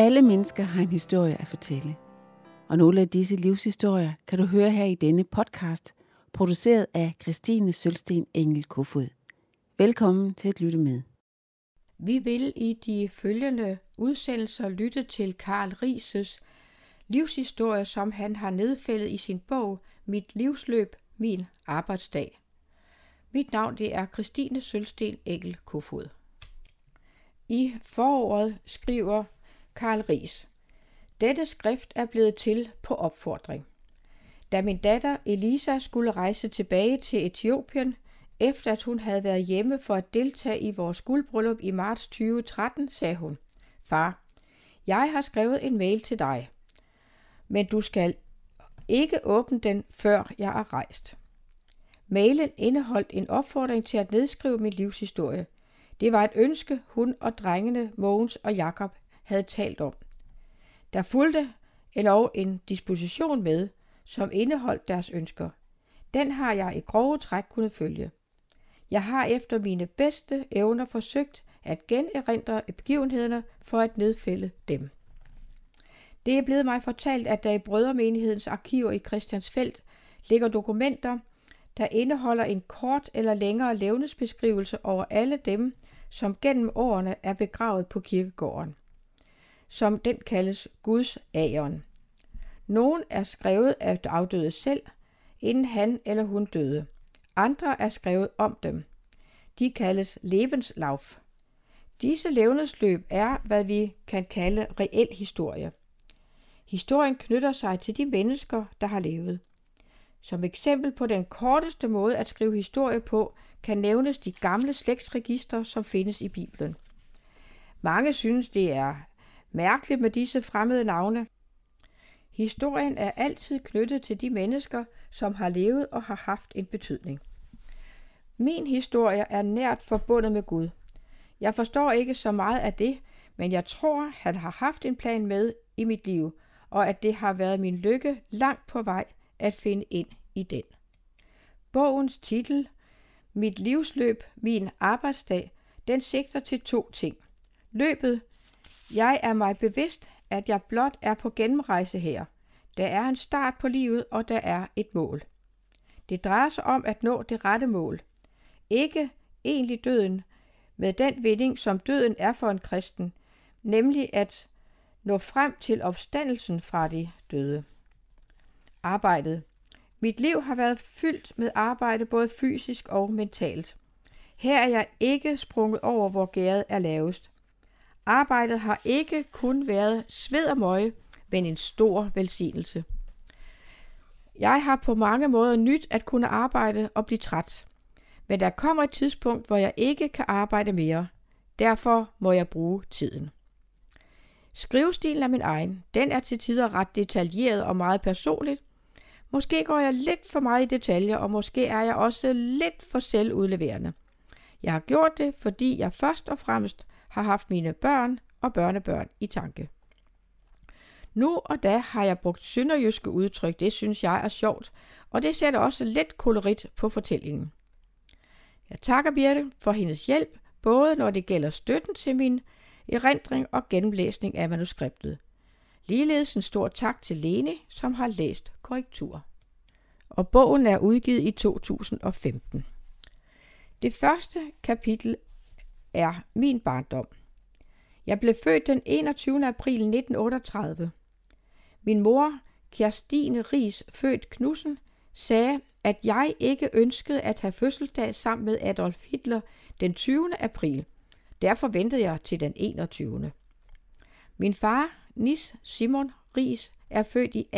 Alle mennesker har en historie at fortælle, og nogle af disse livshistorier kan du høre her i denne podcast, produceret af Kristine Sølsten Engel Kofod. Velkommen til at lytte med. Vi vil i de følgende udsendelser lytte til Karl Riis' livshistorie, som han har nedfældet i sin bog Mit livsløb, min arbejdsdag. Mit navn det er Kristine Sølsten Engel Kofod. I foråret skriver Karl Riis: Dette skrift er blevet til på opfordring. Da min datter Elisa skulle rejse tilbage til Etiopien, efter at hun havde været hjemme for at deltage i vores guldbryllup i marts 2013, sagde hun: Far, jeg har skrevet en mail til dig, men du skal ikke åbne den, før jeg er rejst. Mailen indeholdt en opfordring til at nedskrive min livshistorie. Det var et ønske, hun og drengene Mogens og Jakob havde talt om. Der fulgte endog en disposition med, som indeholdt deres ønsker. Den har jeg i grove træk kunnet følge. Jeg har efter mine bedste evner forsøgt at generindre begivenhederne for at nedfælde dem. Det er blevet mig fortalt, at der i Brødremenighedens arkiver i Christiansfeld ligger dokumenter, der indeholder en kort eller længere levnedsbeskrivelse over alle dem, som gennem årene er begravet på kirkegården, som den kaldes Guds ageren. Nogle er skrevet af afdøde selv, inden han eller hun døde. Andre er skrevet om dem. De kaldes Lebenslauf. Disse levnedsløb er, hvad vi kan kalde reel historie. Historien knytter sig til de mennesker, der har levet. Som eksempel på den korteste måde at skrive historie på, kan nævnes de gamle slægtsregister, som findes i Bibelen. Mange synes, det er mærkeligt med disse fremmede navne. Historien er altid knyttet til de mennesker, som har levet og har haft en betydning. Min historie er nært forbundet med Gud. Jeg forstår ikke så meget af det, men jeg tror, han har haft en plan med i mit liv, og at det har været min lykke langt på vej at finde ind i den. Bogens titel, Mit livsløb, min arbejdsdag, den sigter til 2 ting. Løbet: jeg er mig bevidst, at jeg blot er på gennemrejse her. Der er en start på livet, og der er et mål. Det drejer sig om at nå det rette mål. Ikke egentlig døden, med den vending, som døden er for en kristen, nemlig at nå frem til opstandelsen fra de døde. Arbejdet. Mit liv har været fyldt med arbejde, både fysisk og mentalt. Her er jeg ikke sprunget over, hvor gærdet er lavest. Arbejdet har ikke kun været sved og møje, men en stor velsignelse. Jeg har på mange måder nyt at kunne arbejde og blive træt. Men der kommer et tidspunkt, hvor jeg ikke kan arbejde mere. Derfor må jeg bruge tiden. Skrivestilen er min egen. Den er til tider ret detaljeret og meget personligt. Måske går jeg lidt for meget i detaljer, og måske er jeg også lidt for selvudleverende. Jeg har gjort det, fordi jeg først og fremmest har haft mine børn og børnebørn i tanke. Nu og da har jeg brugt sønderjyske udtryk, det synes jeg er sjovt, og det sætter også lidt kolorit på fortællingen. Jeg takker Birte for hendes hjælp, både når det gælder støtten til min erindring og gennemlæsning af manuskriptet. Ligeledes en stor tak til Lene, som har læst korrektur. Og bogen er udgivet i 2015. Det første kapitel er min barndom. Jeg blev født den 21. april 1938. Min mor, Kirstine Riis, født Knudsen, sagde, at jeg ikke ønskede at have fødselsdag sammen med Adolf Hitler den 20. april. Derfor ventede jeg til den 21. Min far, Nis Simon Riis, er født i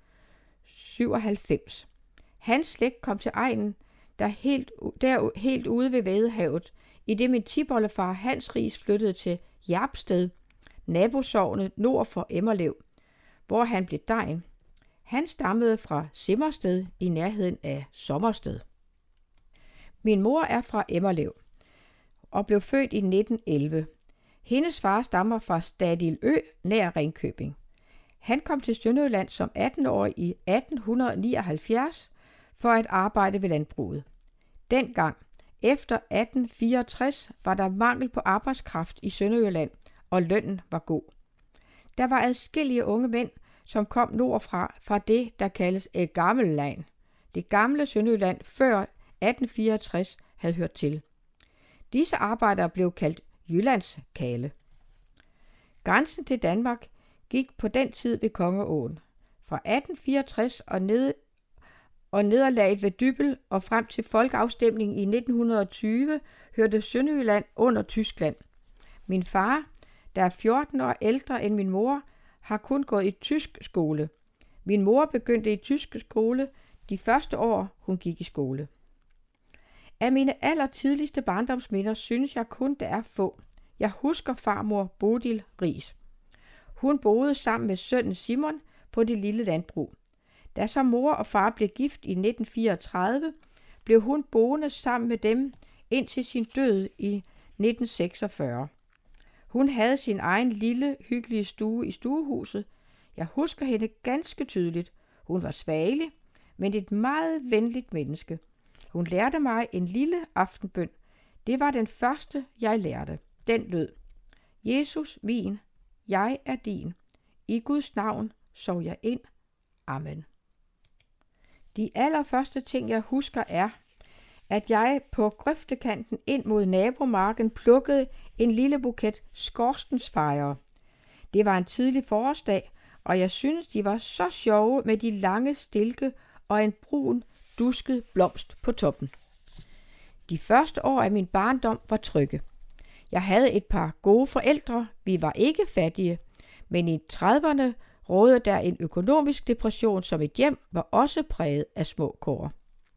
1897. Hans slægt kom til egnen, der helt ude ved Vadehavet, i det min tipoldefar Hans Riis flyttede til Jarpsted, nabosognet nord for Emmerlev, hvor han blev degn. Han stammede fra Simmersted i nærheden af Sommersted. Min mor er fra Emmerlev og blev født i 1911. Hendes far stammer fra Stadilø nær Ringkøbing. Han kom til Sønderjylland som 18-årig i 1879 for at arbejde ved landbruget. Dengang, efter 1864, var der mangel på arbejdskraft i Sønderjylland, og lønnen var god. Der var adskillige unge mænd, som kom nordfra, fra det, der kaldes et gammelt land. Det gamle Sønderjylland før 1864 havde hørt til. Disse arbejdere blev kaldt Jyllandskale. Grænsen til Danmark gik på den tid ved Kongeåen. Fra 1864 og nederlaget ved Dybbøl og frem til folkeafstemningen i 1920 hørte Sønderjylland under Tyskland. Min far, der er 14 år ældre end min mor, har kun gået i tysk skole. Min mor begyndte i tysk skole de første år, hun gik i skole. Af mine allertidligste barndomsminder synes jeg kun, der er få. Jeg husker farmor Bodil Riis. Hun boede sammen med sønnen Simon på det lille landbrug. Da så mor og far blev gift i 1934, blev hun boende sammen med dem indtil sin død i 1946. Hun havde sin egen lille, hyggelige stue i stuehuset. Jeg husker hende ganske tydeligt. Hun var svagelig, men et meget venligt menneske. Hun lærte mig en lille aftenbøn. Det var den første, jeg lærte. Den lød: Jesus min, jeg er din. I Guds navn sov jeg ind. Amen. De allerførste ting, jeg husker, er, at jeg på grøftekanten ind mod nabomarken plukkede en lille buket skorstensfejere. Det var en tidlig forårsdag, og jeg synes, de var så sjove med de lange stilke og en brun, dusket blomst på toppen. De første år af min barndom var trygge. Jeg havde et par gode forældre. Vi var ikke fattige, men i 30'erne rådede der en økonomisk depression, som et hjem var også præget af små kår.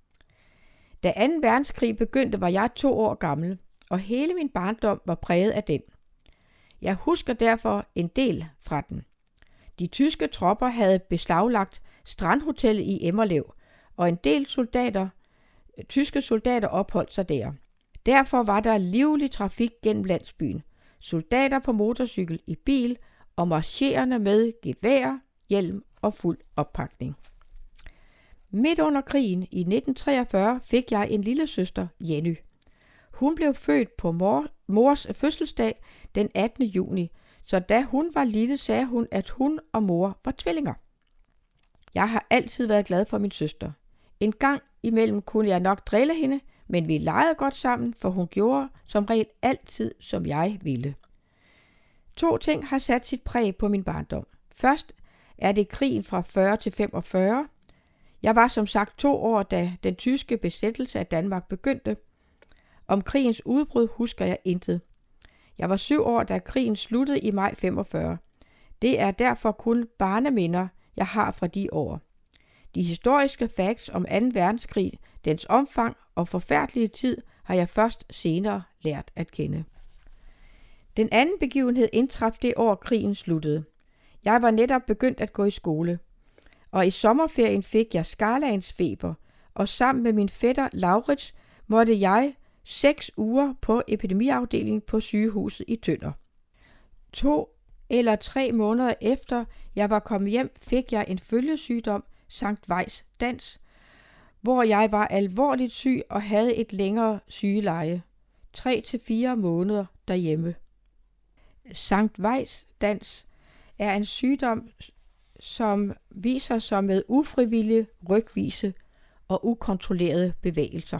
Da 2. verdenskrig begyndte, var jeg 2 år gammel, og hele min barndom var præget af den. Jeg husker derfor en del fra den. De tyske tropper havde beslaglagt Strandhotellet i Emmerlev, og en del tyske soldater opholdt sig der. Derfor var der livlig trafik gennem landsbyen. Soldater på motorcykel, i bil og marcherende med gevær, hjelm og fuld oppakning. Midt under krigen i 1943 fik jeg en lille søster, Jenny. Hun blev født på mors fødselsdag den 18. juni, så da hun var lille, sagde hun, at hun og mor var tvillinger. Jeg har altid været glad for min søster. En gang imellem kunne jeg nok drille hende, men vi legede godt sammen, for hun gjorde som regel altid, som jeg ville. 2 ting har sat sit præg på min barndom. Først er det krigen fra 40 til 45. Jeg var som sagt 2 år, da den tyske besættelse af Danmark begyndte. Om krigens udbrud husker jeg intet. Jeg var 7 år, da krigen sluttede i maj 45. Det er derfor kun barneminder, jeg har fra de år. De historiske facts om 2. verdenskrig, dens omfang og forfærdelige tid, har jeg først senere lært at kende. Den anden begivenhed indtraf det år, krigen sluttede. Jeg var netop begyndt at gå i skole, og i sommerferien fik jeg skarlagens feber, og sammen med min fætter Laurits måtte jeg 6 uger på epidemiafdelingen på sygehuset i Tønder. 2 eller 3 måneder efter jeg var kommet hjem, fik jeg en følgesygdom, Sankt Vejs dans, hvor jeg var alvorligt syg og havde et længere sygeleje. 3 til 4 måneder derhjemme. Sankt Vejs dans er en sygdom, som viser sig med ufrivillig rygvise og ukontrollerede bevægelser.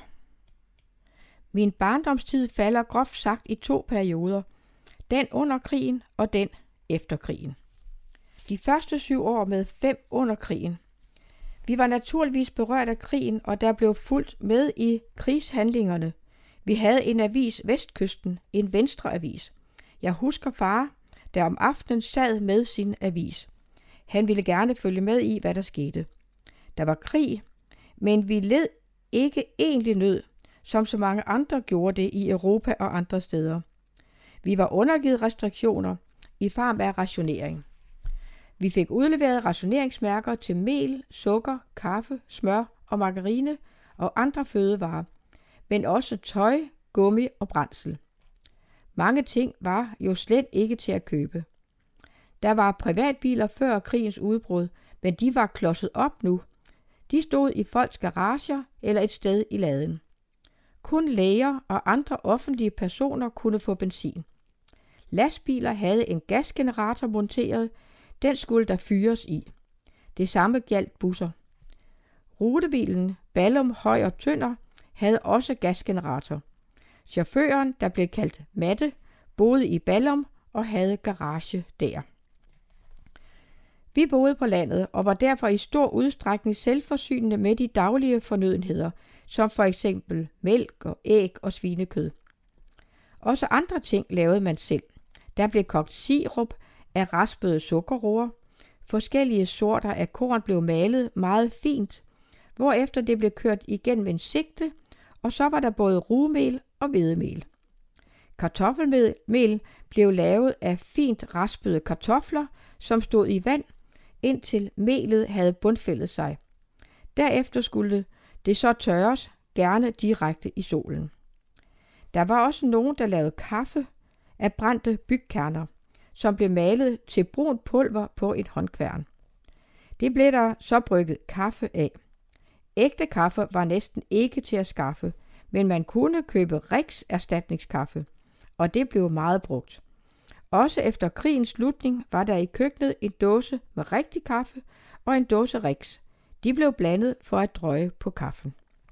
Min barndomstid falder groft sagt i 2 perioder. Den under krigen og den efter krigen. De første 7 år med 5 under krigen. Vi var naturligvis berørt af krigen, og der blev fulgt med i krigshandlingerne. Vi havde en avis, Vestkysten, en venstreavis. Jeg husker far, der om aftenen sad med sin avis. Han ville gerne følge med i, hvad der skete. Der var krig, men vi led ikke egentlig nød, som så mange andre gjorde det i Europa og andre steder. Vi var undergivet restriktioner i form af rationering. Vi fik udleveret rationeringsmærker til mel, sukker, kaffe, smør og margarine og andre fødevarer, men også tøj, gummi og brændsel. Mange ting var jo slet ikke til at købe. Der var privatbiler før krigens udbrud, men de var klodset op nu. De stod i folks garager eller et sted i laden. Kun læger og andre offentlige personer kunne få benzin. Lastbiler havde en gasgenerator monteret, Den skulle der fyres i. Det samme gjaldt busser. Rutebilen Ballum, Høj og Tønder havde også gasgenerator. Chaufføren, der blev kaldt Matte, boede i Ballum og havde garage der. Vi boede på landet og var derfor i stor udstrækning selvforsynende med de daglige fornødenheder, som for eksempel mælk og æg og svinekød. Også andre ting lavede man selv. Der blev kogt sirup af raspede sukkerroer. Forskellige sorter af korn blev malet meget fint, hvorefter det blev kørt igennem en sigte, og så var der både rugmel og hvedemel. Kartoffelmel blev lavet af fint raspede kartofler, som stod i vand, indtil melet havde bundfældet sig. Derefter skulle det så tørres, gerne direkte i solen. Der var også nogen, der lavede kaffe af brændte bygkerner, som blev malet til brunt pulver på et håndkværn. Det blev der så brygget kaffe af. Ægte kaffe var næsten ikke til at skaffe, men man kunne købe Rix erstatningskaffe, og det blev meget brugt. Også efter krigens slutning var der i køkkenet en dåse med rigtig kaffe og en dåse Rix. De blev blandet for at drøje på kaffen.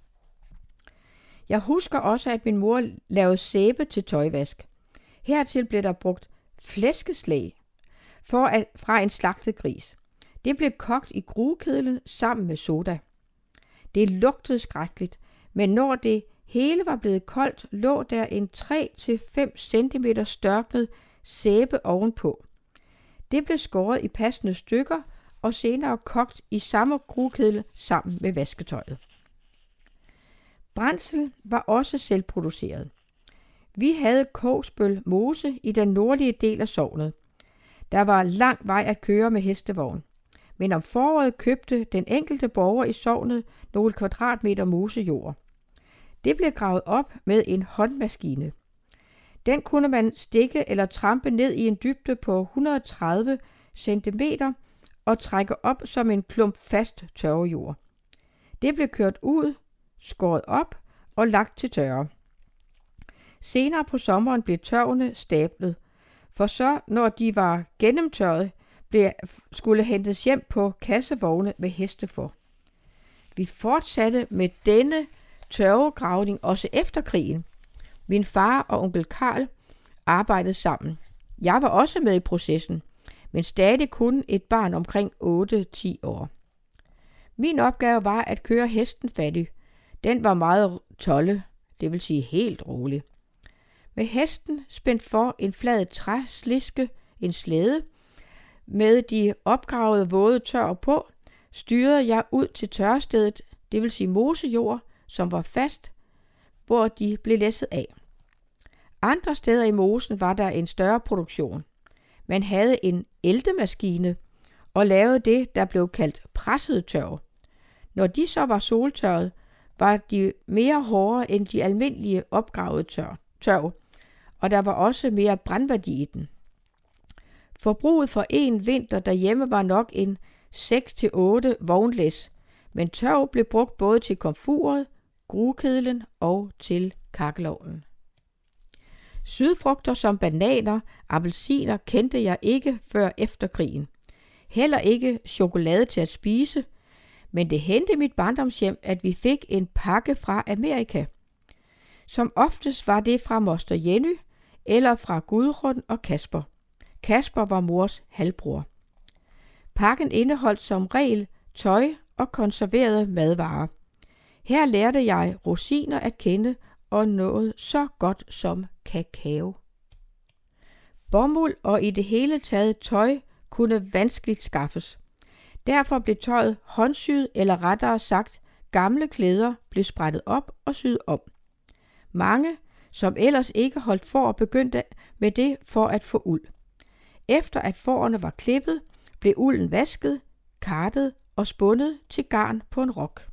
Jeg husker også, at min mor lavede sæbe til tøjvask. Hertil blev der brugt flæskeslag fra en slagtet gris. Det blev kogt i gruekedlen sammen med soda. Det lugtede skrækkeligt, men når det hele var blevet koldt, lå der en 3-5 cm størknet sæbe ovenpå. Det blev skåret i passende stykker og senere kogt i samme gruekedel sammen med vasketøjet. Brændsel var også selvproduceret. Vi havde Kogsbøl Mose i den nordlige del af sognet. Der var lang vej at køre med hestevogn, men om foråret købte den enkelte borger i sognet nogle kvadratmeter mosejord. Det blev gravet op med en håndmaskine. Den kunne man stikke eller trampe ned i en dybde på 130 cm og trække op som en klump fast tørvejord. Det blev kørt ud, skåret op og lagt til tørre. Senere på sommeren blev tørvene stablet, for så når de var gennemtørret, skulle hentes hjem på kassevogne med heste for. Vi fortsatte med denne tørvegravning også efter krigen. Min far og onkel Karl arbejdede sammen. Jeg var også med i processen, men stadig kun et barn omkring 8-10 år. Min opgave var at køre hesten fattig. Den var meget tolle, det vil sige helt rolig. Med hesten spændt for en flad træsliske, en slæde, med de opgravede våde tør på, styrede jeg ud til tørrestedet, det vil sige mosejord, som var fast, hvor de blev læsset af. Andre steder i mosen var der en større produktion. Man havde en æltemaskine og lavede det, der blev kaldt presset tørv. Når de så var soltørret, var de mere hårde end de almindelige opgravede tørv, og der var også mere brændværdi i den. Forbruget for en vinter derhjemme var nok en 6-8 vognlæs, men tørv blev brugt både til komfuret, gruekedlen og til kakkelovnen. Sydfrugter som bananer, appelsiner kendte jeg ikke før efter krigen. Heller ikke chokolade til at spise, men det hændte i mit barndomshjem, at vi fik en pakke fra Amerika. Som oftest var det fra moster Jenny eller fra Gudrun og Kasper. Kasper var mors halvbror. Pakken indeholdt som regel tøj og konserverede madvarer. Her lærte jeg rosiner at kende og noget så godt som kakao. Bomuld og i det hele taget tøj kunne vanskeligt skaffes. Derfor blev tøjet håndsyet, eller rettere sagt, gamle klæder blev sprættet op og syet om. Mange, som ellers ikke holdt får, begyndte med det for at få uld. Efter at fårene var klippet, blev ulden vasket, kartet og spundet til garn på en rok.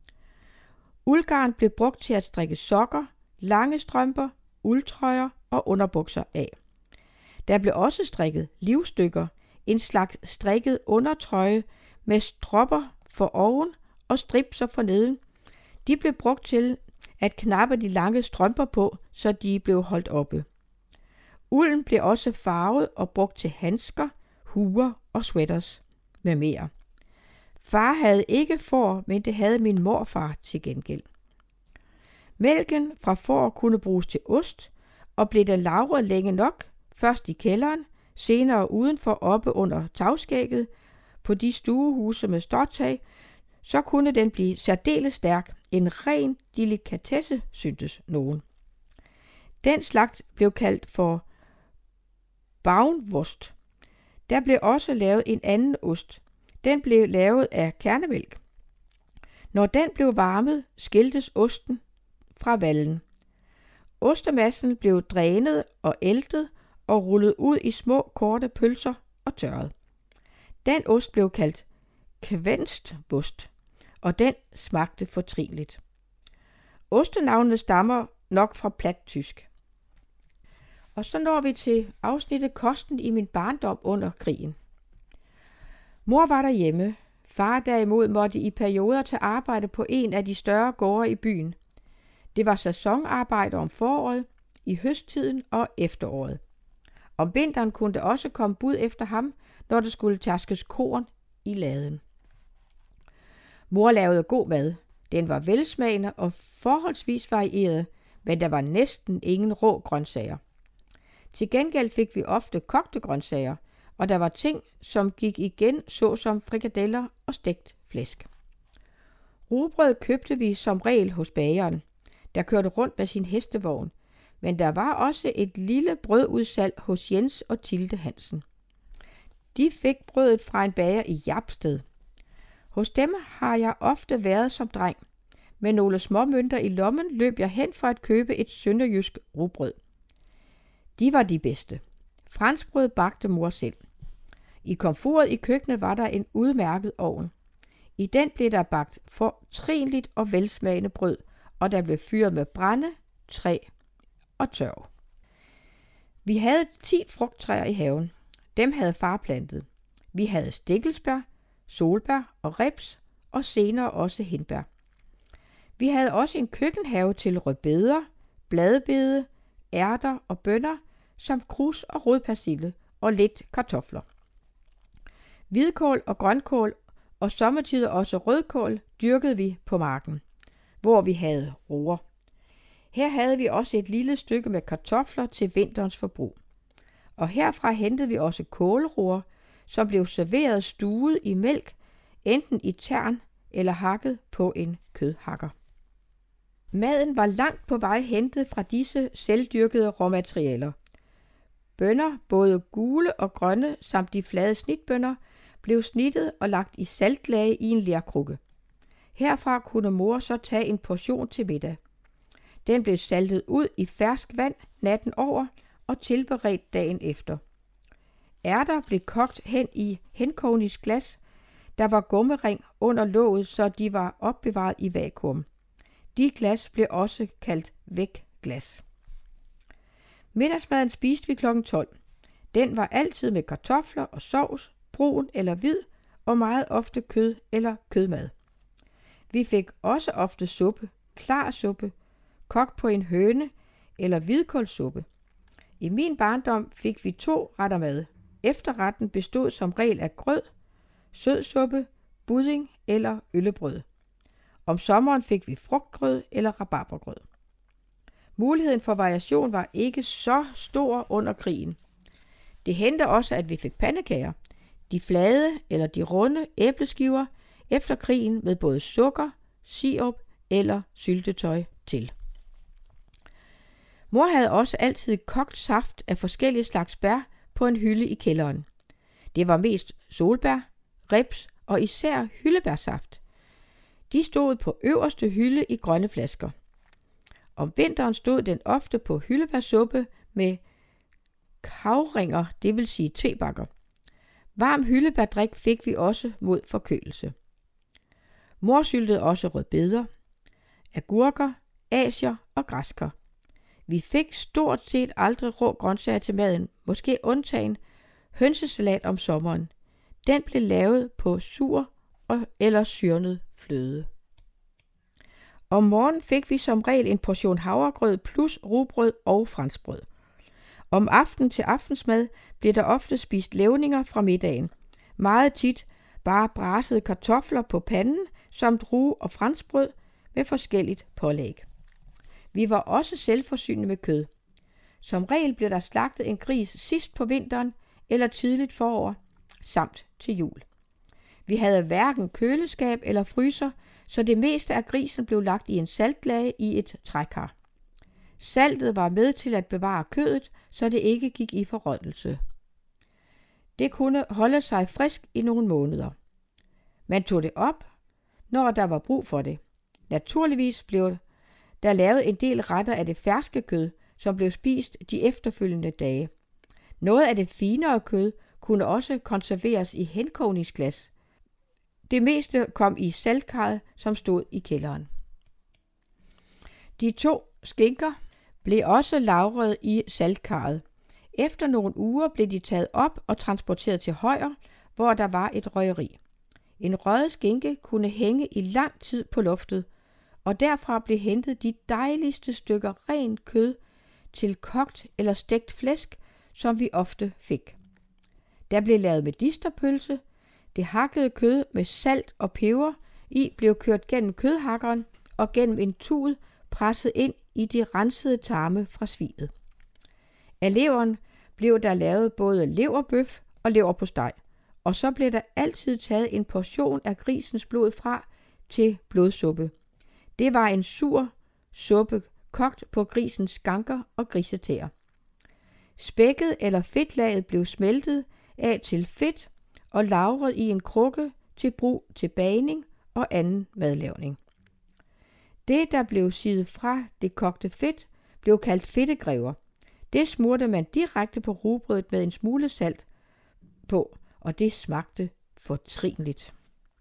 Uldgarn blev brugt til at strikke sokker, lange strømper, uldtrøjer og underbukser af. Der blev også strikket livstykker, en slags strikket undertrøje med stropper for oven og stripser for neden. De blev brugt til at knappe de lange strømper på, så de blev holdt oppe. Ulden blev også farvet og brugt til handsker, huer og sweaters med mere. Far havde ikke får, men det havde min morfar til gengæld. Mælken fra får kunne bruges til ost, og blev den lagret længe nok, først i kælderen, senere udenfor oppe under tagskægget på de stuehuse med stråtag, så kunne den blive særdeles stærk, en ren delikatesse, syntes nogen. Den slags blev kaldt for Braunwurst. Der blev også lavet en anden ost. Den blev lavet af kærnemælk. Når den blev varmet, skiltes osten fra vallen. Ostemassen blev drænet og æltet og rullet ud i små korte pølser og tørret. Den ost blev kaldt Quenstwurst, og den smagte fortrinligt. Ostenavnene stammer nok fra plattysk. Og så når vi til afsnittet kosten i min barndom under krigen. Mor var derhjemme. Far derimod måtte i perioder tage arbejde på en af de større gårde i byen. Det var sæsonarbejde om foråret, i høsttiden og efteråret. Om vinteren kunne der også komme bud efter ham, når der skulle tærskes korn i laden. Mor lavede god mad. Den var velsmagende og forholdsvis varieret, men der var næsten ingen rå grøntsager. Til gengæld fik vi ofte kogte grøntsager, og der var ting, som gik igen, såsom frikadeller og stegt flæsk. Rugbrød købte vi som regel hos bageren, der kørte rundt med sin hestevogn, men der var også et lille brødudsalg hos Jens og Tilde Hansen. De fik brødet fra en bager i Japsted. Hos dem har jeg ofte været som dreng. Med nogle småmønter i lommen løb jeg hen for at købe et sønderjysk rugbrød. De var de bedste. Franskbrød bagte mor selv. I komfuret i køkkenet var der en udmærket ovn. I den blev der bagt fortrinligt og velsmagende brød, og der blev fyret med brænde, træ og tørv. Vi havde 10 frugttræer i haven. Dem havde far plantet. Vi havde stikkelsbær, solbær og ribs, og senere også hindbær. Vi havde også en køkkenhave til rødbeder, bladbede, ærter og bønner, samt krus og rodpersille og lidt kartofler. Hvidkål og grønkål og sommetider også rødkål dyrkede vi på marken, hvor vi havde roer. Her havde vi også et lille stykke med kartofler til vinterens forbrug. Og herfra hentede vi også kålroer, som blev serveret stuet i mælk, enten i tern eller hakket på en kødhakker. Maden var langt på vej hentet fra disse selvdyrkede råmaterialer. Bønner, både gule og grønne, samt de flade snitbønner, blev snittet og lagt i saltlage i en lerkrukke. Herfra kunne mor så tage en portion til middag. Den blev saltet ud i fersk vand natten over og tilberedt dagen efter. Ærter blev kogt hen i henkognisk glas. Der var gummering under låget, så de var opbevaret i vakuum. De glas blev også kaldt vækglas. Middagsmaden spiste vi kl. 12. Den var altid med kartofler og sovs, brun eller hvid, og meget ofte kød eller kødmad. Vi fik også ofte suppe, klar suppe, kogt på en høne eller hvidkålssuppe. I min barndom fik vi 2 retter mad. Efterretten bestod som regel af grød, sødsuppe, budding eller øllebrød. Om sommeren fik vi frugtgrød eller rabarbergrød. Muligheden for variation var ikke så stor under krigen. Det hændte også, at vi fik pandekager, de flade eller de runde æbleskiver efter krigen med både sukker, sirup eller syltetøj til. Mor havde også altid kogt saft af forskellige slags bær på en hylde i kælderen. Det var mest solbær, ribs og især hyldebærsaft. De stod på øverste hylde i grønne flasker. Om vinteren stod den ofte på hyldebærsuppe med kavringer, det vil sige tebakker. Varm hyldebærdrik fik vi også mod forkølelse. Mor syltede også rødbeder, agurker, asier og græskar. Vi fik stort set aldrig rå grøntsager til maden, måske undtagen hønsesalat om sommeren. Den blev lavet på sur eller syrnet fløde. Om morgenen fik vi som regel en portion havregrød plus rugbrød og franskbrød. Om aftenen til aftensmad blev der ofte spist levninger fra middagen. Meget tit bare brasede kartofler på panden, samt rug- og franskbrød med forskelligt pålæg. Vi var også selvforsynende med kød. Som regel blev der slagtet en gris sidst på vinteren eller tidligt forår, samt til jul. Vi havde hverken køleskab eller fryser, så det meste af grisen blev lagt i en saltlage i et trækar. Saltet var med til at bevare kødet, så det ikke gik i forrådnelse. Det kunne holde sig frisk i nogle måneder. Man tog det op, når der var brug for det. Naturligvis blev der lavet en del retter af det ferske kød, som blev spist de efterfølgende dage. Noget af det finere kød kunne også konserveres i henkogningsglas. Det meste kom i saltkarret, som stod i kælderen. De 2 skinker blev også lagret i saltkarret. Efter nogle uger blev de taget op og transporteret til Højer, hvor der var et røgeri. En røget skinke kunne hænge i lang tid på loftet, og derfra blev hentet de dejligste stykker rent kød til kogt eller stegt flæsk, som vi ofte fik. Der blev lavet medisterpølse. Det hakkede kød med salt og peber i blev kørt gennem kødhakkeren og gennem en tud presset ind i de rensede tarme fra svinet. Af leveren blev der lavet både leverbøf og leverpostej, og så blev der altid taget en portion af grisens blod fra til blodsuppe. Det var en sur suppe kogt på grisens skanker og grisetæer. Spækket eller fedtlaget blev smeltet af til fedt og lagret i en krukke til brug til bagning og anden madlavning. Det, der blev siet fra det kogte fedt, blev kaldt fedtegræver. Det smurte man direkte på rugbrødet med en smule salt på, og det smagte fortrinligt.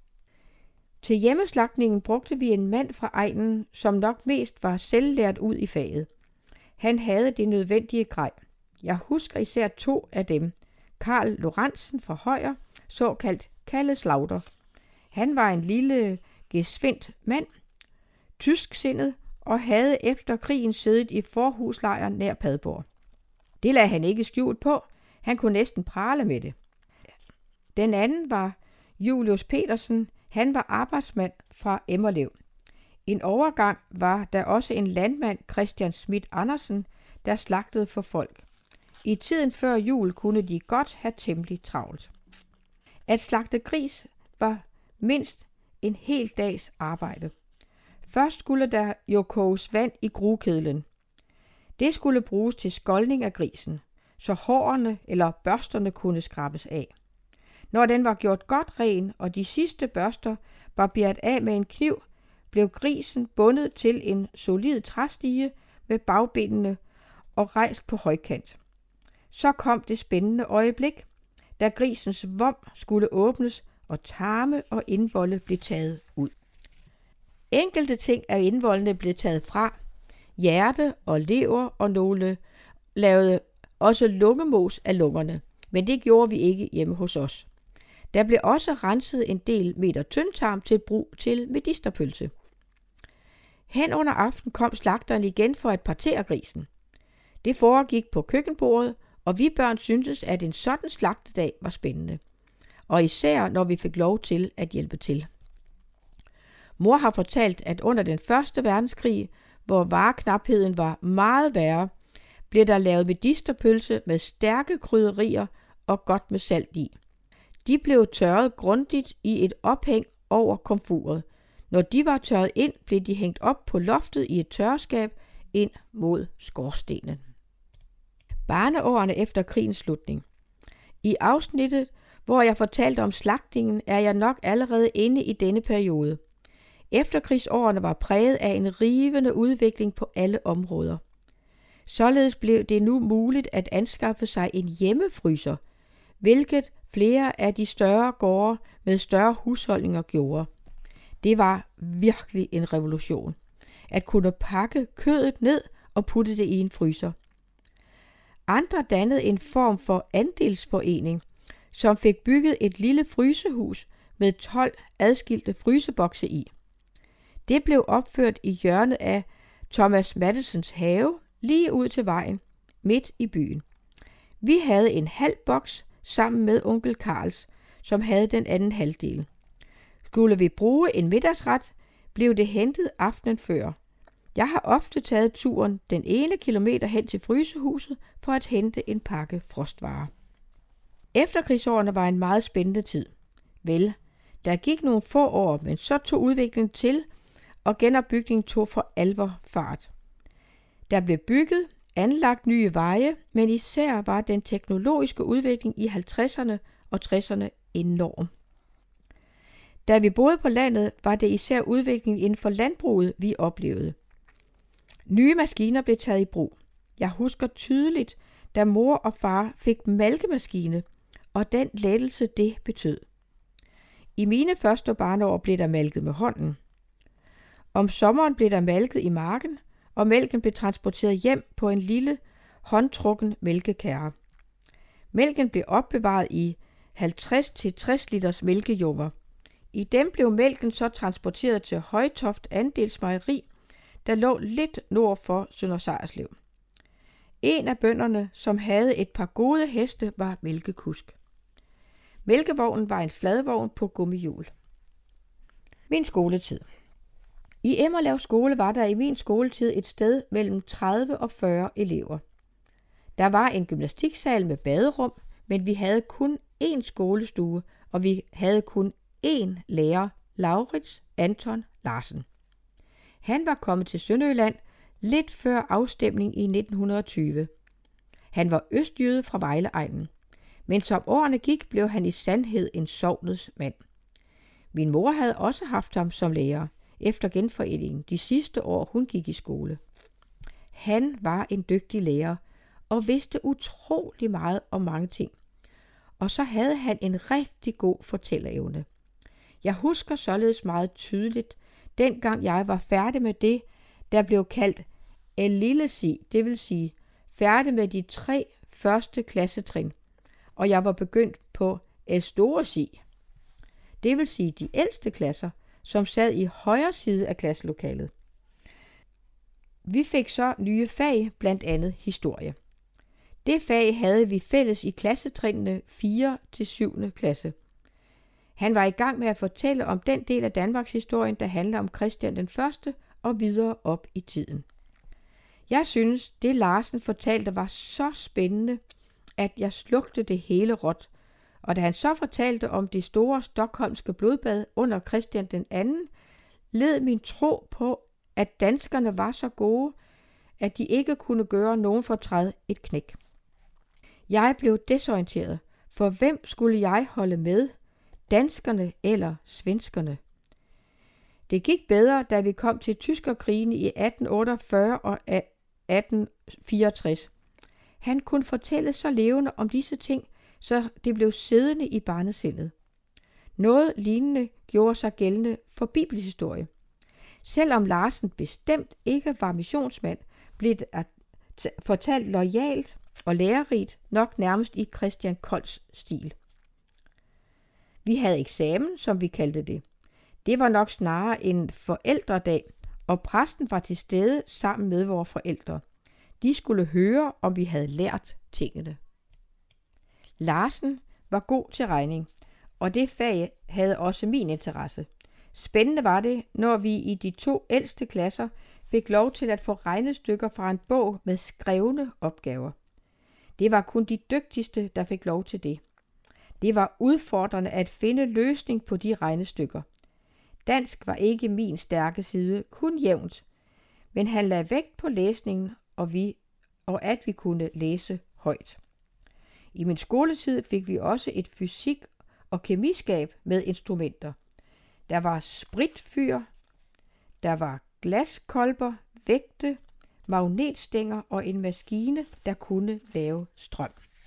Til hjemmeslagtningen brugte vi en mand fra egnen, som nok mest var selvlært ud i faget. Han havde det nødvendige grej. Jeg husker især 2 af dem. Karl Lorentzen fra Højer, såkaldt Kalle Slaughter. Han var en lille gesvindt mand, tysksindet, og havde efter krigen siddet i forhuslejren nær Padborg. Det lagde han ikke skjult på. Han kunne næsten prale med det. Den anden var Julius Petersen. Han var arbejdsmand fra Emmerlev. En overgang var der også en landmand, Christian Schmidt Andersen, der slagtede for folk. I tiden før jul kunne de godt have temmelig travlt. At slagte gris var mindst en hel dags arbejde. Først skulle der jo koges vand i gruekedlen. Det skulle bruges til skoldning af grisen, så hårene eller børsterne kunne skrabes af. Når den var gjort godt ren, og de sidste børster barberet af med en kniv, blev grisen bundet til en solid træstige med bagbenene og rejst på højkant. Så kom det spændende øjeblik, da grisens vom skulle åbnes, og tarme og indvolde blev taget ud. Enkelte ting af indvoldene blev taget fra, hjerte og lever, og nogle lavede også lungemos af lungerne, men det gjorde vi ikke hjemme hos os. Der blev også renset en del meter tyndtarm til brug til medisterpølse. Hen under aften kom slagteren igen for at partere grisen. Det foregik på køkkenbordet, og vi børn syntes, at en sådan slagtedag var spændende. Og især når vi fik lov til at hjælpe til. Mor har fortalt, at under den 1. verdenskrig, hvor vareknapheden var meget værre, blev der lavet medisterpølse med stærke krydderier og godt med salt i. De blev tørret grundigt i et ophæng over komfuret. Når de var tørret ind, blev de hængt op på loftet i et tørreskab ind mod skorstenen. Barneårene efter krigens slutning. I afsnittet, hvor jeg fortalte om slagtningen, er jeg nok allerede inde i denne periode. Efterkrigsårene var præget af en rivende udvikling på alle områder. Således blev det nu muligt at anskaffe sig en hjemmefryser, hvilket flere af de større gårde med større husholdninger gjorde. Det var virkelig en revolution, at kunne pakke kødet ned og putte det i en fryser. Andre dannede en form for andelsforening, som fik bygget et lille frysehus med 12 adskilte frysebokse i. Det blev opført i hjørnet af Thomas Mattesens have, lige ud til vejen, midt i byen. Vi havde en halv boks sammen med onkel Karls, som havde den anden halvdel. Skulle vi bruge en middagsret, blev det hentet aftenen før. Jeg har ofte taget turen den ene kilometer hen til frysehuset for at hente en pakke frostvarer. Efterkrigsårene var en meget spændende tid. Vel, der gik nogle få år, men så tog udviklingen til, og genopbygningen tog for alvor fart. Der blev bygget, anlagt nye veje, men især var den teknologiske udvikling i 50'erne og 60'erne enorm. Da vi boede på landet, var det især udviklingen inden for landbruget, vi oplevede. Nye maskiner blev taget i brug. Jeg husker tydeligt, da mor og far fik malkemaskine, og den lettelse det betød. I mine første barneår blev der malket med hånden. Om sommeren blev der malket i marken, og mælken blev transporteret hjem på en lille, håndtrukken mælkekærre. Mælken blev opbevaret i 50-60 liters mælkejunger. I dem blev mælken så transporteret til Højtoft Andelsmejeri, der lå lidt nord for Sønder Sejerslev. En af bønderne, som havde et par gode heste, var mælkekusk. Mælkevognen var en fladvogn på gummihjul. Min skoletid. I Emmerlev skole var der i min skoletid et sted mellem 30 og 40 elever. Der var en gymnastiksal med baderum, men vi havde kun én skolestue, og vi havde kun én lærer, Laurits Anton Larsen. Han var kommet til Sønderjylland lidt før afstemningen i 1920. Han var østjyde fra Vejleegnen, men som årene gik, blev han i sandhed en sognets mand. Min mor havde også haft ham som lærer efter genforeningen de sidste år, hun gik i skole. Han var en dygtig lærer og vidste utrolig meget om mange ting. Og så havde han en rigtig god fortællerevne. Jeg husker således meget tydeligt, dengang jeg var færdig med det, der blev kaldt lillesi, det vil sige færdig med de 3 første klassetrin, og jeg var begyndt på storesi, det vil sige de ældste klasser, som sad i højre side af klasselokalet. Vi fik så nye fag, blandt andet historie. Det fag havde vi fælles i klassetrinene 4. til 7. klasse. Han var i gang med at fortælle om den del af Danmarks historien, der handler om Christian den 1. og videre op i tiden. Jeg synes, det Larsen fortalte var så spændende, at jeg slugte det hele råt. Og da han så fortalte om det store stockholmske blodbad under Christian den 2., led min tro på, at danskerne var så gode, at de ikke kunne gøre nogen fortræd et knæk. Jeg blev desorienteret, for hvem skulle jeg holde med? Danskerne eller svenskerne? Det gik bedre, da vi kom til tyskerkrigene i 1848 og 1864. Han kunne fortælle så levende om disse ting, så det blev siddende i barnesindet. Noget lignende gjorde sig gældende for bibelhistorie. Selvom Larsen bestemt ikke var missionsmand, blev det fortalt loyalt og lærerigt, nok nærmest i Christian Kolds stil. Vi havde eksamen, som vi kaldte det. Det var nok snarere en forældredag, og præsten var til stede sammen med vores forældre. De skulle høre, om vi havde lært tingene. Larsen var god til regning, og det fag havde også min interesse. Spændende var det, når vi i de 2 ældste klasser fik lov til at få regnestykker fra en bog med skrevne opgaver. Det var kun de dygtigste, der fik lov til det. Det var udfordrende at finde løsning på de regnestykker. Dansk var ikke min stærke side, kun jævnt, men han lagde vægt på læsningen, og at vi kunne læse højt. I min skoletid fik vi også et fysik- og kemiskab med instrumenter. Der var spritfyr, der var glaskolber, vægte, magnetstænger og en maskine, der kunne lave strøm.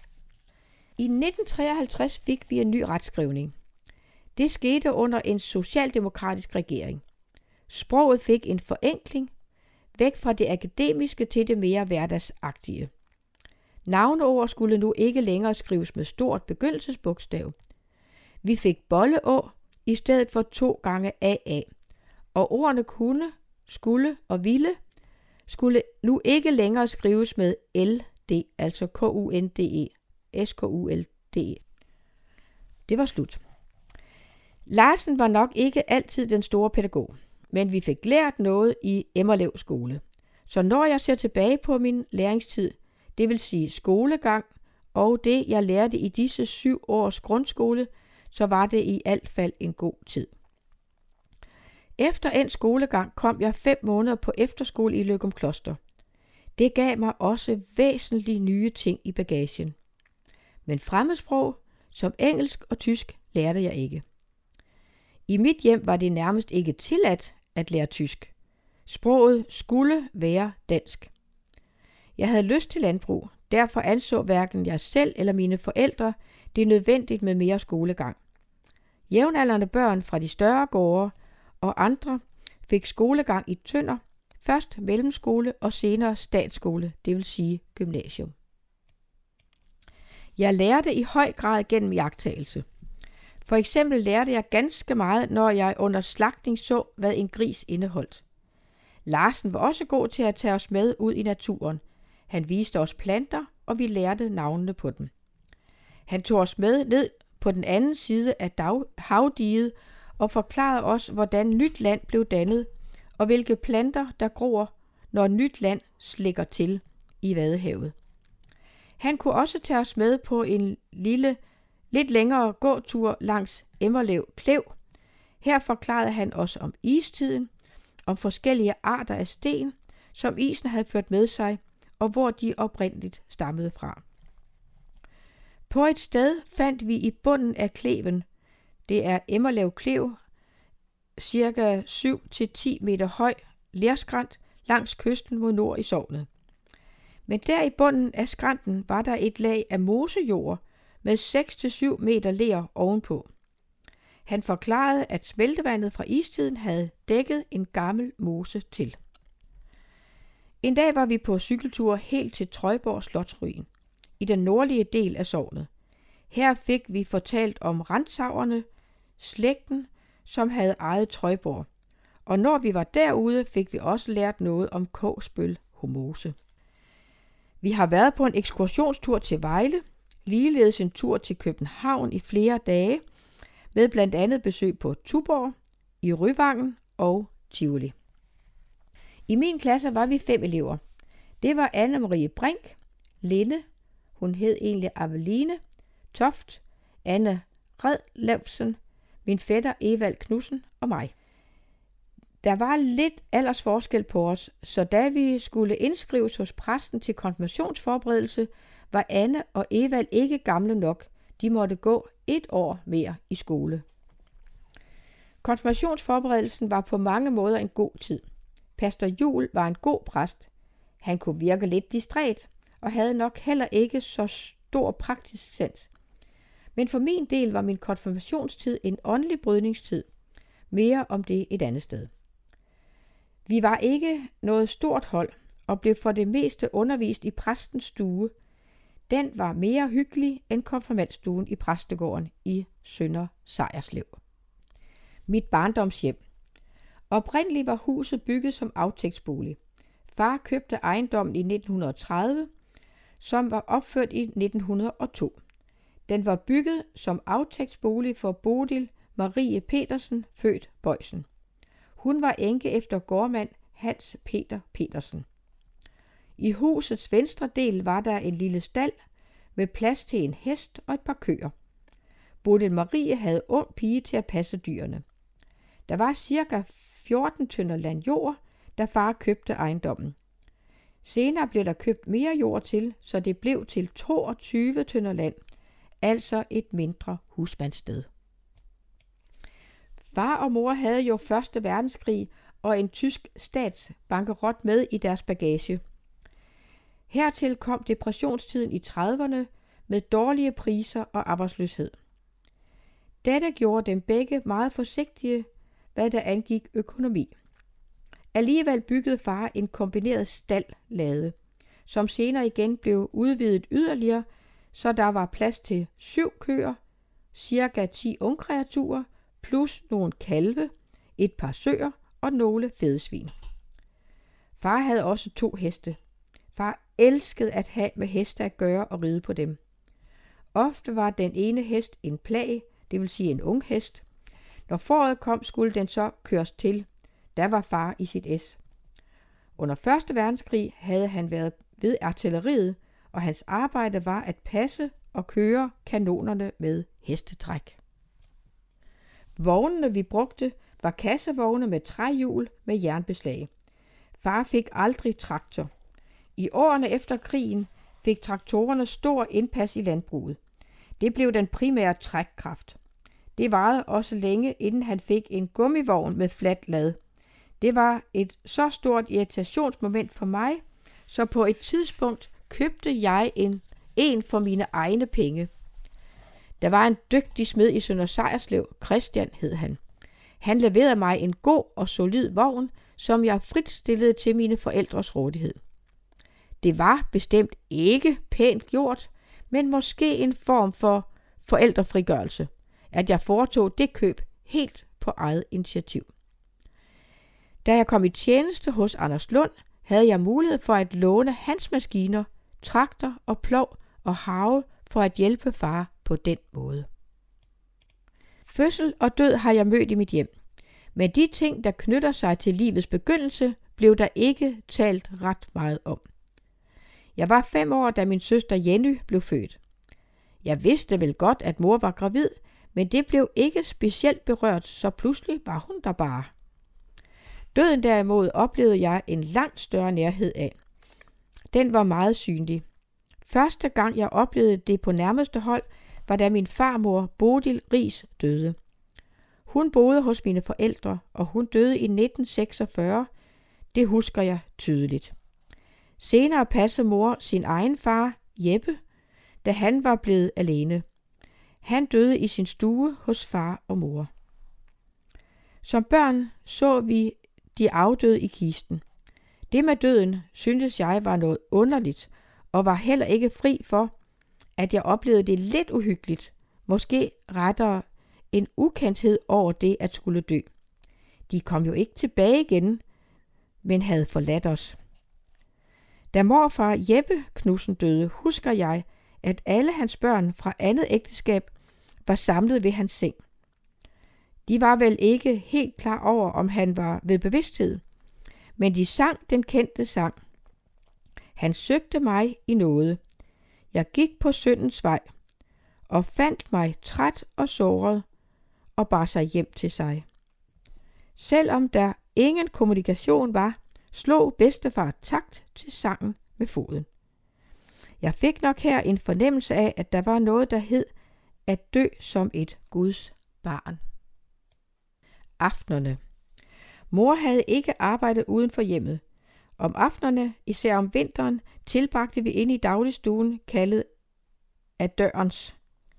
I 1953 fik vi en ny retskrivning. Det skete under en socialdemokratisk regering. Sproget fik en forenkling, væk fra det akademiske til det mere hverdagsagtige. Navneord skulle nu ikke længere skrives med stort begyndelsesbogstav. Vi fik bolleå i stedet for 2 gange AA, og ordene kunne, skulle og ville skulle nu ikke længere skrives med LD, altså KUNDE, SKULD. Det var slut. Larsen var nok ikke altid den store pædagog, men vi fik lært noget i Emmerlev skole. Så når jeg ser tilbage på min læringstid, det vil sige skolegang, og det jeg lærte i disse 7 års grundskole, så var det i alt fald en god tid. Efter en skolegang kom jeg 5 måneder på efterskole i Løgumkloster. Det gav mig også væsentlige nye ting i bagagen. Men fremmedsprog som engelsk og tysk lærte jeg ikke. I mit hjem var det nærmest ikke tilladt at lære tysk. Sproget skulle være dansk. Jeg havde lyst til landbrug, derfor anså hverken jeg selv eller mine forældre det nødvendigt med mere skolegang. Jævnaldrende børn fra de større gårde og andre fik skolegang i Tønder, først mellemskole og senere statsskole, det vil sige gymnasium. Jeg lærte i høj grad gennem iagttagelse. For eksempel lærte jeg ganske meget, når jeg under slagtning så, hvad en gris indeholdt. Larsen var også god til at tage os med ud i naturen. Han viste os planter, og vi lærte navnene på dem. Han tog os med ned på den anden side af havdiget og forklarede os, hvordan nyt land blev dannet, og hvilke planter, der gror, når nyt land slikker til i Vadehavet. Han kunne også tage os med på en lidt længere gåtur langs Emmerlev Klev. Her forklarede han os om istiden, om forskellige arter af sten, som isen havde ført med sig, og hvor de oprindeligt stammede fra. På et sted fandt vi i bunden af Kleven, det er Emmerlev Klev, cirka 7-10 meter høj lerskrænt langs kysten mod nord i sognet. Men der i bunden af skrænten var der et lag af mosejord med 6-7 meter ler ovenpå. Han forklarede, at smeltevandet fra istiden havde dækket en gammel mose til. En dag var vi på cykeltur helt til Trøjborg Slotsruin, i den nordlige del af sognet. Her fik vi fortalt om rantzauerne, slægten, som havde ejet Trøjborg. Og når vi var derude, fik vi også lært noget om Kogsbøl Homose. Vi har været på en ekskursionstur til Vejle, ligeledes en tur til København i flere dage, med blandt andet besøg på Tuborg, i Ryvangen og Tivoli. I min klasse var vi 5 elever. Det var Anne-Marie Brink, Linde, hun hed egentlig Aveline, Toft, Anne Redlavsen, min fætter Evald Knudsen og mig. Der var lidt aldersforskel på os, så da vi skulle indskrives hos præsten til konfirmationsforberedelse, var Anne og Evald ikke gamle nok. De måtte gå 1 år mere i skole. Konfirmationsforberedelsen var på mange måder en god tid. Pastor Juel var en god præst. Han kunne virke lidt distræt og havde nok heller ikke så stor praktisk sans. Men for min del var min konfirmationstid en åndelig brydningstid. Mere om det et andet sted. Vi var ikke noget stort hold og blev for det meste undervist i præstens stue. Den var mere hyggelig end konfirmandstuen i præstegården i Sønder Sejerslev. Mit barndomshjem. Oprindeligt var huset bygget som aftægtsbolig. Far købte ejendommen i 1930, som var opført i 1902. Den var bygget som aftægtsbolig for Bodil Marie Petersen, født Bøjsen. Hun var enke efter gårdmand Hans Peter Petersen. I husets venstre del var der en lille stald med plads til en hest og et par køer. Bodil Marie havde ung pige til at passe dyrene. Der var cirka 14 tønder land jord, da far købte ejendommen. Senere blev der købt mere jord til, så det blev til 22 tønder land, altså et mindre husmandssted. Far og mor havde jo 1. verdenskrig og en tysk statsbankerot med i deres bagage. Hertil kom depressionstiden i 30'erne med dårlige priser og arbejdsløshed. Dette gjorde dem begge meget forsigtige, hvad der angik økonomi. Alligevel byggede far en kombineret staldlade, som senere igen blev udvidet yderligere, så der var plads til 7 køer, cirka 10 ungkreaturer, plus nogle kalve, et par søer og nogle fedesvin. Far havde også 2 heste. Far elskede at have med heste at gøre og ride på dem. Ofte var den ene hest en plag, det vil sige en ung hest. Når foråret kom, skulle den så køres til. Der var far i sit es. Under 1. verdenskrig havde han været ved artilleriet, og hans arbejde var at passe og køre kanonerne med hestetræk. Vognene, vi brugte, var kassevogne med træhjul med jernbeslag. Far fik aldrig traktor. I årene efter krigen fik traktorerne stor indpas i landbruget. Det blev den primære trækkraft. Det varede også længe, inden han fik en gummivogn med fladt lad. Det var et så stort irritationsmoment for mig, så på et tidspunkt købte jeg en for mine egne penge. Der var en dygtig smed i Sønder Sejerslev, Christian hed han. Han leverede mig en god og solid vogn, som jeg frit stillede til mine forældres rådighed. Det var bestemt ikke pænt gjort, men måske en form for forældrefrigørelse, at jeg foretog det køb helt på eget initiativ. Da jeg kom i tjeneste hos Anders Lund, havde jeg mulighed for at låne hans maskiner, traktor og plov og harve for at hjælpe far på den måde. Fødsel og død har jeg mødt i mit hjem, men de ting, der knytter sig til livets begyndelse, blev der ikke talt ret meget om. Jeg var 5 år, da min søster Jenny blev født. Jeg vidste vel godt, at mor var gravid, men det blev ikke specielt berørt, så pludselig var hun der bare. Døden derimod oplevede jeg en langt større nærhed af. Den var meget synlig. Første gang jeg oplevede det på nærmeste hold, var da min farmor Bodil Riis døde. Hun boede hos mine forældre, og hun døde i 1946. Det husker jeg tydeligt. Senere passede mor sin egen far, Jeppe, da han var blevet alene. Han døde i sin stue hos far og mor. Som børn så vi de afdøde i kisten. Det med døden syntes jeg var noget underligt, og var heller ikke fri for, at jeg oplevede det lidt uhyggeligt, måske rettere en ukendthed over det at skulle dø. De kom jo ikke tilbage igen, men havde forladt os. Da morfar Jeppe Knudsen døde, husker jeg, at alle hans børn fra andet ægteskab var samlet ved hans seng. De var vel ikke helt klar over, om han var ved bevidsthed, men de sang den kendte sang. Han søgte mig i nåde. Jeg gik på syndens vej, og fandt mig træt og såret, og bar sig hjem til sig. Selvom der ingen kommunikation var, slog bedstefar takt til sangen med foden. Jeg fik nok her en fornemmelse af, at der var noget, der hed at dø som et Guds barn. Aftenerne. Mor havde ikke arbejdet uden for hjemmet. Om aftenerne, især om vinteren, tilbragte vi inde i dagligstuen, kaldet af dørens.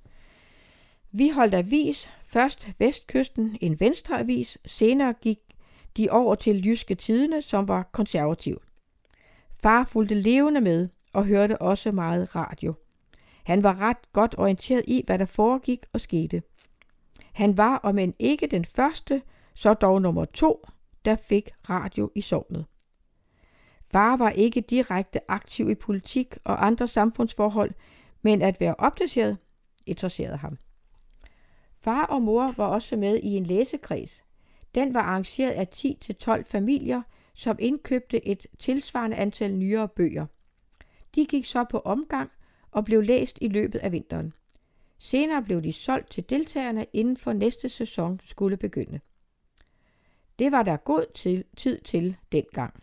Vi holdt avis, først Vestkysten, en venstreavis, senere gik de over til Jyske Tidende, som var konservativ. Far fulgte levende med og hørte også meget radio. Han var ret godt orienteret i, hvad der foregik og skete. Han var, om end ikke den første, så dog nummer 2, der fik radio i sognet. Far var ikke direkte aktiv i politik og andre samfundsforhold, men at være opdateret interesserede ham. Far og mor var også med i en læsekreds. Den var arrangeret af 10-12 familier, som indkøbte et tilsvarende antal nyere bøger. De gik så på omgang og blev læst i løbet af vinteren. Senere blev de solgt til deltagerne, inden for næste sæson skulle begynde. Det var der god tid til dengang.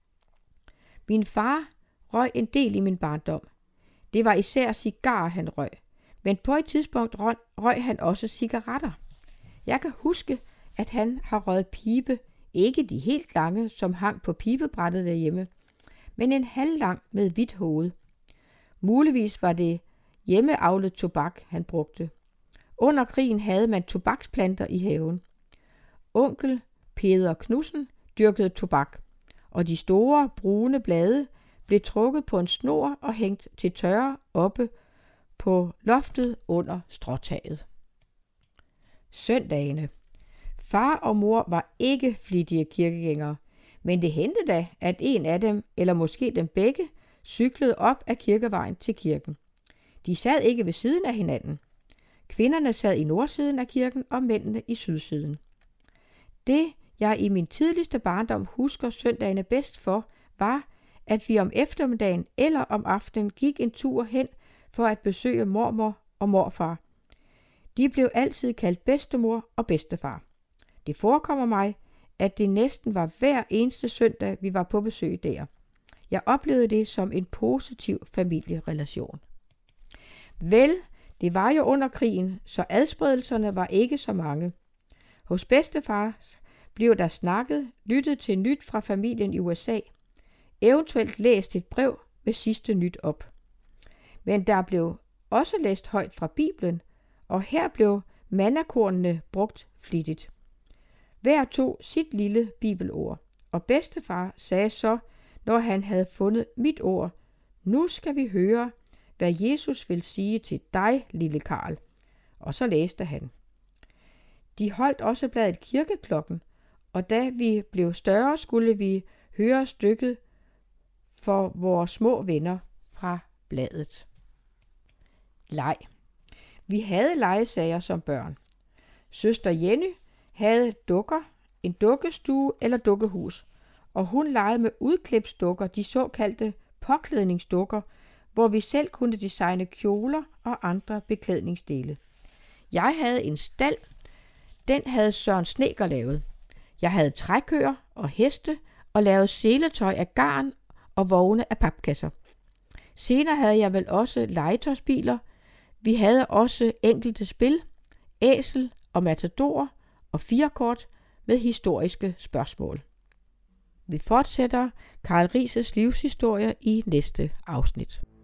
Min far røg en del i min barndom. Det var især cigarer, han røg. Men på et tidspunkt røg han også cigaretter. Jeg kan huske, at han har røget pibe, ikke de helt lange, som hang på pibebrættet derhjemme, men en halvlang med hvidt hoved. Muligvis var det hjemmeavlet tobak, han brugte. Under krigen havde man tobaksplanter i haven. Onkel Peder Knudsen dyrkede tobak, og de store brune blade blev trukket på en snor og hængt til tørre oppe på loftet under stråtaget. Søndagene. Far og mor var ikke flittige kirkegængere, men det hændte da, at en af dem, eller måske dem begge, cyklede op ad kirkevejen til kirken. De sad ikke ved siden af hinanden. Kvinderne sad i nordsiden af kirken, og mændene i sydsiden. Det, jeg i min tidligste barndom husker søndagene bedst for, var, at vi om eftermiddagen eller om aftenen gik en tur hen for at besøge mormor og morfar. De blev altid kaldt bedstemor og bedstefar. Det forekommer mig, at det næsten var hver eneste søndag, vi var på besøg der. Jeg oplevede det som en positiv familierelation. Vel, det var jo under krigen, så adspredelserne var ikke så mange. Hos bedstefar blev der snakket, lyttet til nyt fra familien i USA, eventuelt læst et brev med sidste nyt op. Men der blev også læst højt fra Bibelen, og her blev mannakornene brugt flittigt. Hver tog sit lille bibelord, og bedstefar sagde så, når han havde fundet mit ord, nu skal vi høre, hvad Jesus vil sige til dig, lille Karl. Og så læste han. De holdt også bladet Kirkeklokken, og da vi blev større, skulle vi høre stykket for vores små venner fra bladet. Leg. Vi havde legesager som børn. Søster Jenny havde dukker, en dukkestue eller dukkehus, og hun legede med udklipsdukker, de såkaldte påklædningsdukker, hvor vi selv kunne designe kjoler og andre beklædningsdele. Jeg havde en stald, den havde Søren Snedker lavet. Jeg havde trækøer og heste og lavede seletøj af garn og vogne af papkasser. Senere havde jeg vel også legetøjsbiler. Vi havde også enkelte spil, æsel og matador og firekort med historiske spørgsmål. Vi fortsætter Karl Riis' livshistorie i næste afsnit.